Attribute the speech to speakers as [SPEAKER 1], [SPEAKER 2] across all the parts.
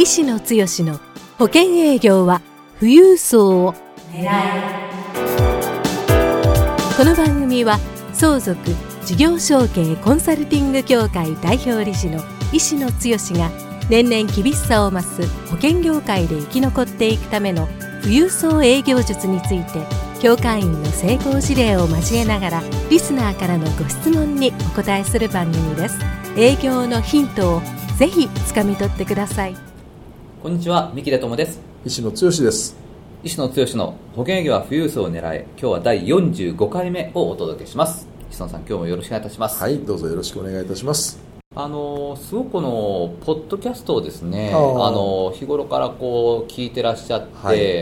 [SPEAKER 1] 石野剛の保険営業は富裕層を狙え。この番組は相続事業承継コンサルティング協会代表理事の石野剛が年々厳しさを増す保険業界で生き残っていくための富裕層営業術について、協会員の成功事例を交えながらリスナーからのご質問にお答えする番組です。営業のヒントをぜひつかみ取ってください。
[SPEAKER 2] こんにちは、三木出友です。
[SPEAKER 3] 石野剛です。
[SPEAKER 2] 石野剛の保険営業は富裕層を狙え。今日は第45回目をお届けします。石野さん、今日もよろしくお願いいたします。
[SPEAKER 3] はい、どうぞよろしくお願いいたします。
[SPEAKER 2] すごくこのポッドキャストをですね、日頃からこう聞いてらっしゃって、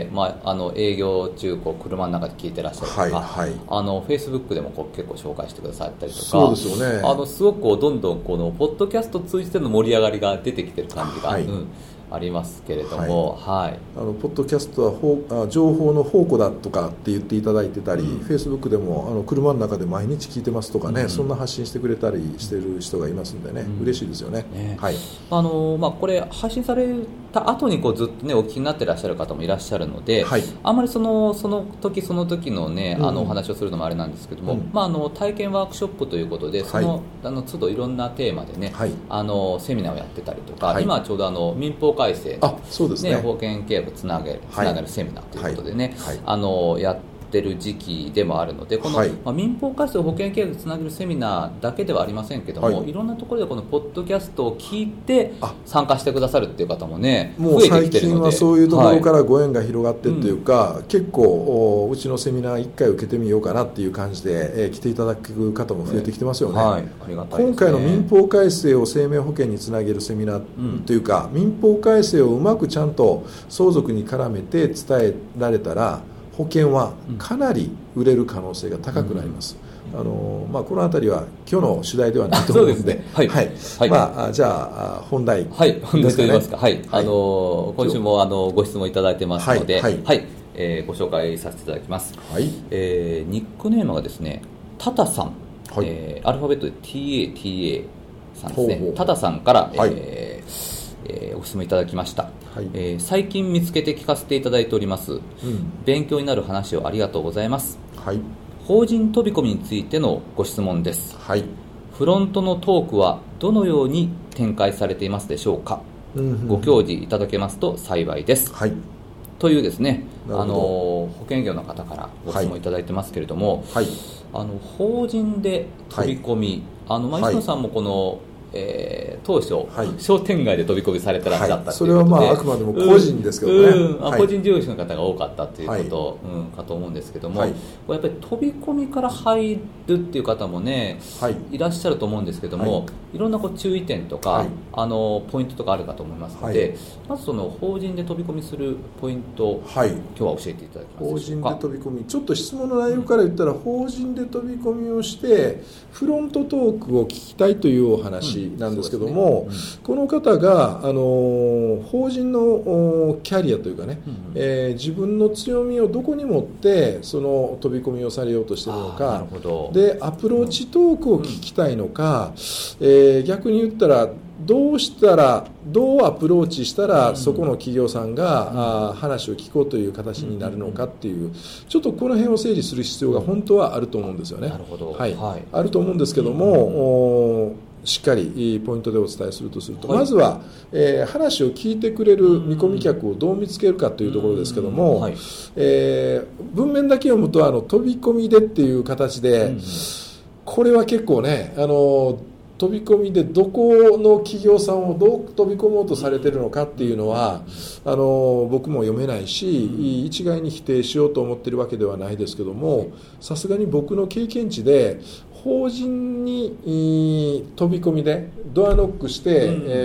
[SPEAKER 2] はい、営業中車の中で聞いてらっしゃるとか、はいはい、Facebook でも結構紹介してくださったりとか、
[SPEAKER 3] そうですよね。す
[SPEAKER 2] ごくどんどんこのポッドキャストを通じての盛り上がりが出てきてる感じが、はいありますけれども、はいはい、
[SPEAKER 3] ポッドキャストは情報の宝庫だとかって言っていただいてたり、Facebook でも車の中で毎日聞いてますとかね、そんな発信してくれたりしてる人がいますんでね、嬉しいですよね。はい、
[SPEAKER 2] これ配信された後にずっとねお聞きになってらっしゃる方もいらっしゃるので、はい、あんまりその時その時のねお話をするのもあれなんですけども、体験ワークショップということでその、都度いろんなテーマでね、はい、セミナーをやってたりとか、はい、今ちょうど民法改正の、
[SPEAKER 3] そうですね、
[SPEAKER 2] 保険契約つなげるセミナーということでね、やってる時期でもあるので、この、民法改正保険契約つなげるセミナーだけではありませんけども、いろんなところでこのポッドキャストを聞いて参加してくださるっていう方もね、
[SPEAKER 3] もう最近はそういうところからご縁が広がってっていうか、結構うちのセミナー1回受けてみようかなっていう感じで、来ていただく方も増えてきてますよね。
[SPEAKER 2] ありがたいですね。
[SPEAKER 3] 今回の民法改正を生命保険につなげるセミナーというか、民法改正をうまくちゃんと相続に絡めて伝えられたら保険はかなり売れる可能性が高くなります。この辺りは今日の主題ではないと思うので、じゃあ本題ですかね。
[SPEAKER 2] 本題といいますか、今週もご質問いただいてますので、ご紹介させていただきます。ニックネームがですね、タタさん、アルファベットで TATA さんですね。タタさんから、ご質問いただきました。最近見つけて聞かせていただいております、勉強になる話をありがとうございます。法人飛び込みについてのご質問です。フロントのトークはどのように展開されていますでしょうか。ご教示いただけますと幸いです、というですね、保険業の方からご質問いただいてますけれども、法人で飛び込み、石野さんもこの当初、商店街で飛び込みされてらっしゃったということで、
[SPEAKER 3] それはあくまでも個人ですけどね、
[SPEAKER 2] 個人事業主の方が多かったということ、かと思うんですけども、やっぱり飛び込みから入るっていう方もね、いらっしゃると思うんですけども、いろんな注意点とか、ポイントとかあるかと思いますので、まずその法人で飛び込みするポイントを、今日は教えていただけますでしょうか。
[SPEAKER 3] 法人で飛び込み、ちょっと質問の内容から言ったら、法人で飛び込みをしてフロントトークを聞きたいというお話なんですけども、この方が法人のキャリアというかね、自分の強みをどこに持ってその飛び込みをされようとしているのかで、アプローチトークを聞きたいのか、逆に言ったらどうアプローチしたらそこの企業さんが話を聞こうという形になるのかっていう、ちょっとこの辺を整理する必要が本当はあると思うんですよね。あると思うんですけども、しっかりポイントでお伝えするとまずは、話を聞いてくれる見込み客をどう見つけるかというところですけども、文面だけ読むと飛び込みでっていう形で、これは結構ね、飛び込みでどこの企業さんをどう飛び込もうとされているのかっていうのは僕も読めないし、一概に否定しようと思っているわけではないですけども、さすがに僕の経験値で法人に飛び込みでドアノックして、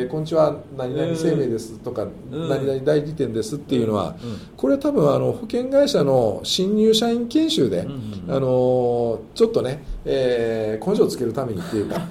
[SPEAKER 3] こんにちは何々生命ですとか、何々代理店ですっていうのは、これは多分保険会社の新入社員研修で、ちょっとね、根性をつけるためにっていうか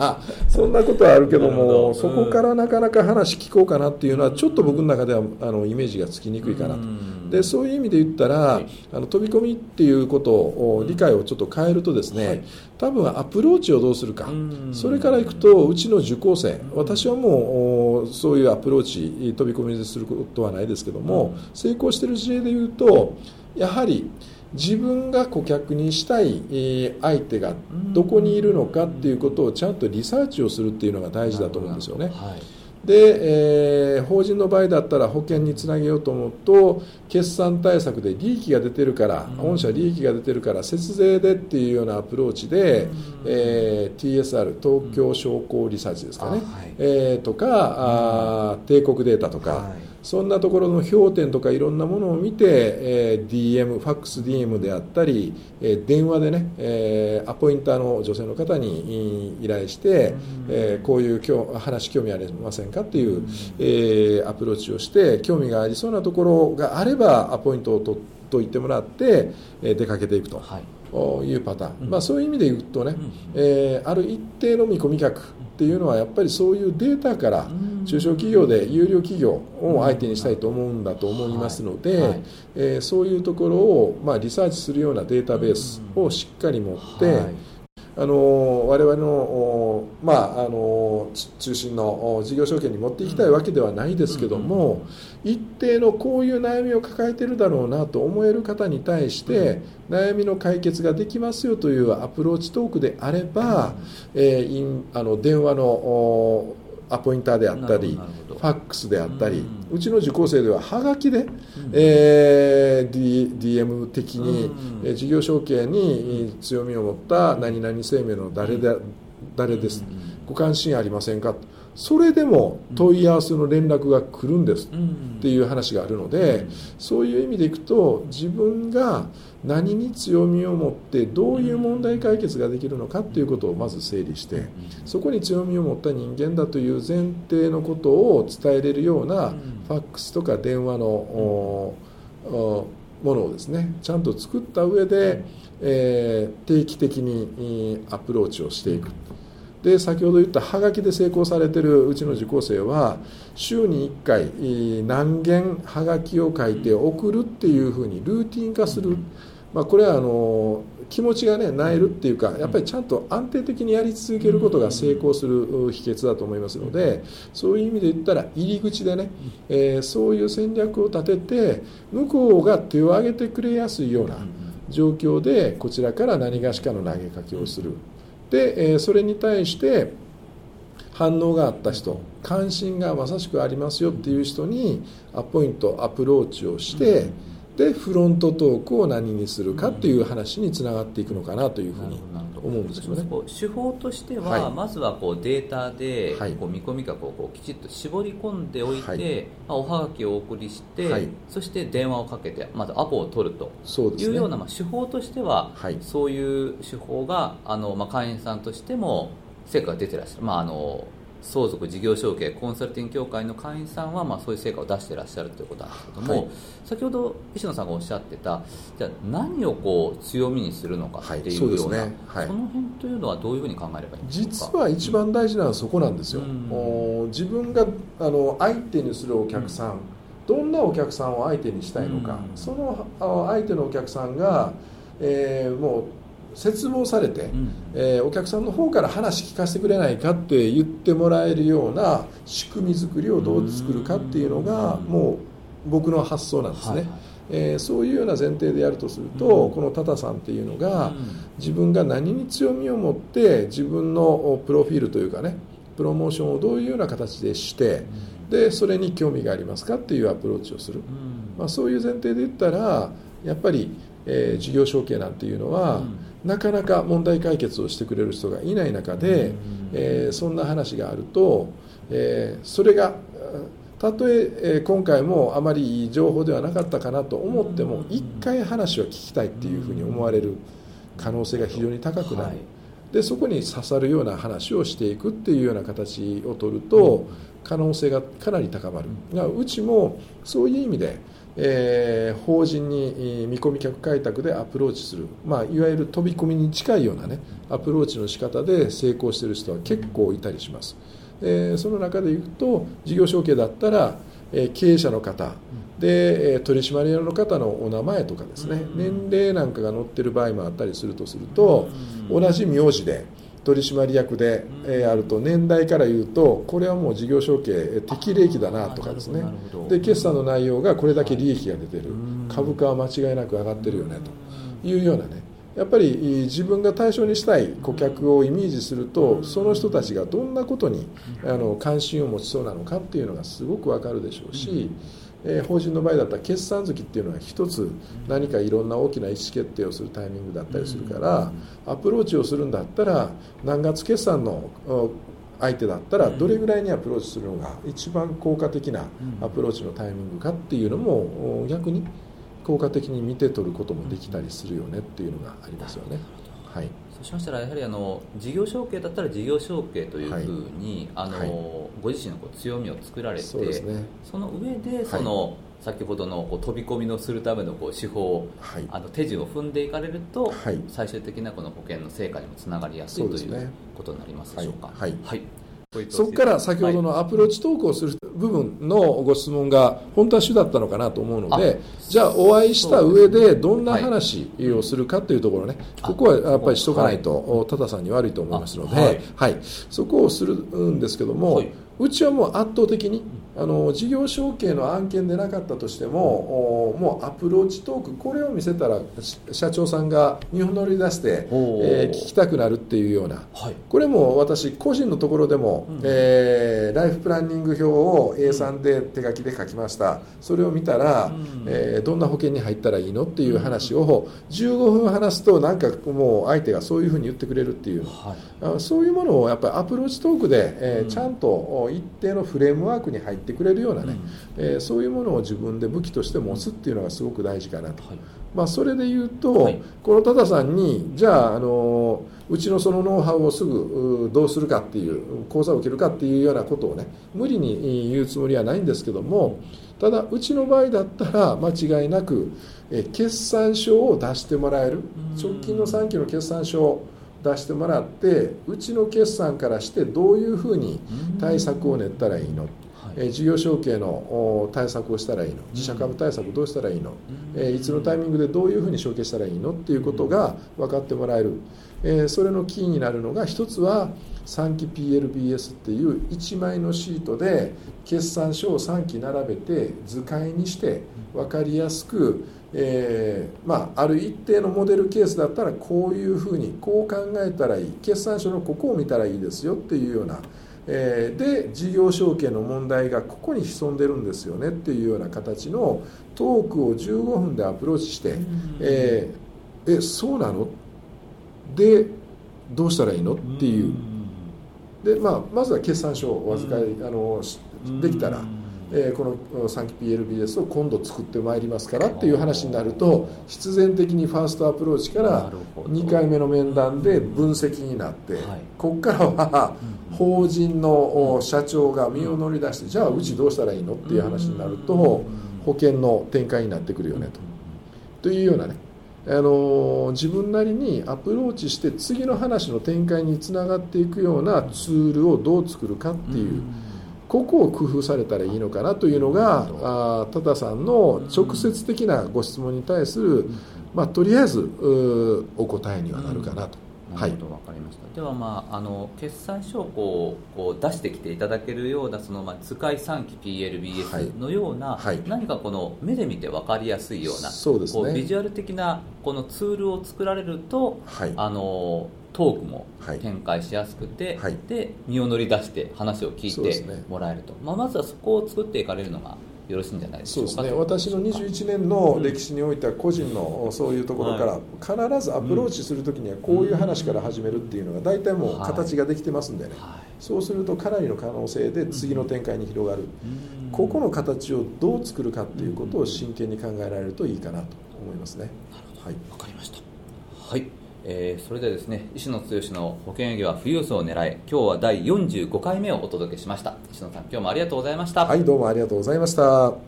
[SPEAKER 3] そんなことはあるけども、そこからなかなか話聞こうかなっていうのはちょっと僕の中ではイメージがつきにくいかなと。でそういう意味で言ったら、飛び込みっていうことを理解をちょっと変えるとですね、多分アプローチをどうするか、それからいくとうちの受講生、私はもうそういうアプローチ飛び込みですることはないですけども、成功している事例で言うとやはり自分が顧客にしたい相手がどこにいるのかっていうことをちゃんとリサーチをするっていうのが大事だと思うんですよね。で、法人の場合だったら保険につなげようと思うと決算対策で利益が出てるから、御社利益が出てるから節税でっていうようなアプローチで、TSR 東京商工リサーチですかね、とか帝国データとか、そんなところの評点とかいろんなものを見て、DM、ファックス DM であったり、電話でね、アポインターの女性の方に依頼して、こういう話興味ありませんかっていう、アプローチをして興味がありそうなところがあればアポイントを取っておいてもらって出かけていくというパターン、そういう意味で言うとね、ある一定の見込み客っていうのはやっぱりそういうデータから中小企業で有料企業を相手にしたいと思うんだと思いますので、そういうところをリサーチするようなデータベースをしっかり持って、我々の、中心の事業承継に持っていきたいわけではないですけども、一定のこういう悩みを抱えているだろうなと思える方に対して悩みの解決ができますよというアプローチトークであれば、電話のアポインターであったりファックスであったり、うちの受講生でははがきで、DM 的に、事業承継に強みを持った何々生命の誰です、ご関心ありませんか、それでも問い合わせの連絡が来るんですっていう話があるので、そういう意味でいくと自分が何に強みを持ってどういう問題解決ができるのかということをまず整理して、そこに強みを持った人間だという前提のことを伝えれるようなファックスとか電話のものをですねちゃんと作った上で、定期的にアプローチをしていく。で先ほど言ったハガキで成功されているうちの受講生は週に1回何件ハガキを書いて送るっていうふうにルーティン化する、これは気持ちがねなえるっていうか、やっぱりちゃんと安定的にやり続けることが成功する秘訣だと思いますので、そういう意味で言ったら入り口でね、そういう戦略を立てて向こうが手を挙げてくれやすいような状況でこちらから何がしかの投げかけをする。でそれに対して反応があった人、関心がまさしくありますよっていう人にアポイントアプローチをして、でフロントトークを何にするかっていう話につながっていくのかなというふうに思うんですけどね。
[SPEAKER 2] 手法としては、まずはデータで見込み客をきちっと絞り込んでおいて、おはがきをお送りして、そして電話をかけてまずアポを取るというような手法としては、そういう手法が会員さんとしても成果が出てらっしゃる、相続事業承継コンサルティング協会の会員さんはそういう成果を出していらっしゃるということなんですけども、先ほど石野さんがおっしゃってたじゃあ何を強みにするのかっていうような、その辺というのはどういうふうに考えればいいんでしょうか。
[SPEAKER 3] 実は一番大事なのはそこなんですよ。自分が相手にするお客さん、どんなお客さんを相手にしたいのか、その相手のお客さんが、もう切望されて、お客さんの方から話聞かせてくれないかって言ってもらえるような仕組み作りをどう作るかっていうのがもう僕の発想なんですね。そういうような前提でやるとすると、このタタさんっていうのが自分が何に強みを持って自分のプロフィールというかねプロモーションをどういうような形でしてでそれに興味がありますかっていうアプローチをする、そういう前提で言ったらやっぱり、事業承継なんていうのは、なかなか問題解決をしてくれる人がいない中で、そんな話があると、それがたとえ今回もあまりいい情報ではなかったかなと思っても一回話を聞きたいっていうふうに思われる可能性が非常に高くなる。でそこに刺さるような話をしていくっていうような形を取ると可能性がかなり高まる。うちもそういう意味で法人に見込み客開拓でアプローチする、いわゆる飛び込みに近いようなねアプローチの仕方で成功している人は結構いたりします。その中でいうと事業承継だったら経営者の方で取締役の方のお名前とかですね、年齢なんかが載っている場合もあったりするとすると、同じ名字で取締役であると年代から言うとこれはもう事業承継適齢期だなとかですね、で決算の内容がこれだけ利益が出てる、株価は間違いなく上がってるよねというようなね、やっぱり自分が対象にしたい顧客をイメージすると、その人たちがどんなことに関心を持ちそうなのかっていうのがすごく分かるでしょうし、法人の場合だったら決算月っていうのは一つ何かいろんな大きな意思決定をするタイミングだったりするから、アプローチをするんだったら何月決算の相手だったらどれぐらいにアプローチするのが一番効果的なアプローチのタイミングかっていうのも逆に効果的に見て取ることもできたりするよねっていうのがありますよね。はい、
[SPEAKER 2] そうしましたらやはり事業承継だったら事業承継というふうに、ご自身の強みを作られて、その上で先ほどの飛び込みのするための手法、手順を踏んでいかれると、最終的なこの保険の成果にもつながりやすいということになりますでしょうか。
[SPEAKER 3] そこから先ほどのアプローチトークをする部分のご質問が本当は主だったのかなと思うので、じゃあお会いした上でどんな話をするかというところね、ここはやっぱりしとかないと多田さんに悪いと思いますので、そこをするんですけども、うちはもう圧倒的に事業承継の案件でなかったとしても、もうアプローチトークこれを見せたら社長さんが身を乗り出して、聞きたくなるっていうような、これも私個人のところでも、ライフプランニング表を A3 で手書きで書きました。それを見たら、どんな保険に入ったらいいのっていう話を15分話すとなんかもう相手がそういうふうに言ってくれるっていう、そういうものをやっぱりアプローチトークで、ちゃんと一定のフレームワークに入ってくれるようなね、そういうものを自分で武器として持つっていうのがすごく大事かなと、それで言うと、この多田さんにじゃあ、うちのそのノウハウをすぐどうするかっていう講座を受けるかっていうようなことをね無理に言うつもりはないんですけども、ただうちの場合だったら間違いなく決算書を出してもらえる、直近の3期の決算書を出してもらって、うちの決算からしてどういうふうに対策を練ったらいいの、事業承継の対策をしたらいいの、自社株対策どうしたらいいの、いつのタイミングでどういうふうに承継したらいいのっていうことが分かってもらえる、それのキーになるのが一つは3期 PLBS っていう1枚のシートで決算書を3期並べて図解にして分かりやすく、ある一定のモデルケースだったらこういうふうにこう考えたらいい、決算書のここを見たらいいですよっていうような、で事業承継の問題がここに潜んでるんですよねっていうような形のトークを15分でアプローチして、そうなのでどうしたらいいのっていうで、まずは決算書をお預かりできたら、この3期 PLBS を今度作ってまいりますからっていう話になると、必然的にファーストアプローチから2回目の面談で分析になって、ここからは法人の社長が身を乗り出して、じゃあうちどうしたらいいのっていう話になると保険の展開になってくるよねというようなね、自分なりにアプローチして次の話の展開につながっていくようなツールをどう作るかっていう、ここを工夫されたらいいのかなというのが多田さんの直接的なご質問に対する、とりあえずお答えにはなるかなと。
[SPEAKER 2] なるほど、分かりました。では、決算書をこう出してきていただけるような図解3期 PLBS のような、何かこの目で見て分かりやすいような、こうビジュアル的なこのツールを作られると、トークも展開しやすくて、で身を乗り出して話を聞いてもらえると、まずはそこを作っていかれるのがよろしいんじゃないでしょうか。
[SPEAKER 3] そうですね、私の21年の歴史においては個人のそういうところから必ずアプローチするときにはこういう話から始めるっていうのが大体もう形ができてますんでね、そうするとかなりの可能性で次の展開に広がる、ここの形をどう作るかっていうことを真剣に考えられるといいかなと思いますね。
[SPEAKER 2] わかりました。それでですね、石野剛の保険営業は富裕層を狙い、今日は第45回目をお届けしました。石野さん、今日もありがとうございました。
[SPEAKER 3] どうもありがとうございました。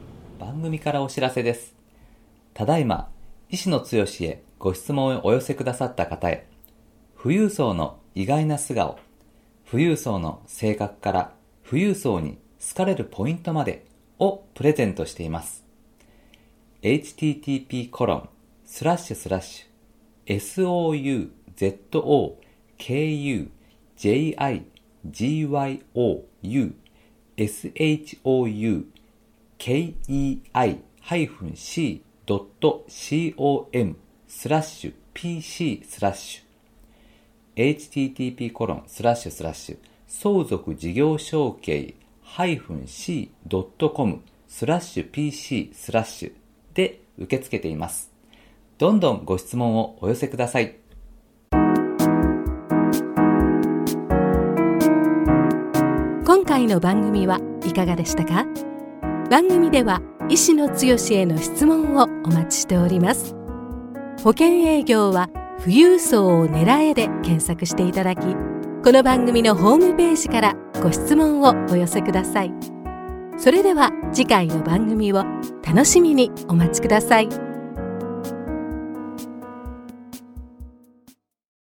[SPEAKER 2] 番組からお知らせです。ただいま、石野剛へご質問をお寄せくださった方へ、富裕層の意外な素顔、富裕層の性格から富裕層に好かれるポイントまでをプレゼントしています。http://souzokugyoushoukei-joi-pc/pc/ http:// 相続事業承継-c.com/pc/ で受け付けています。どんどんご質問をお寄せください。
[SPEAKER 1] 今回の番組はいかがでしたか？番組では石野剛への質問をお待ちしております。保険営業は富裕層を狙えで検索していただき、この番組のホームページからご質問をお寄せください。それでは次回の番組を楽しみにお待ちください。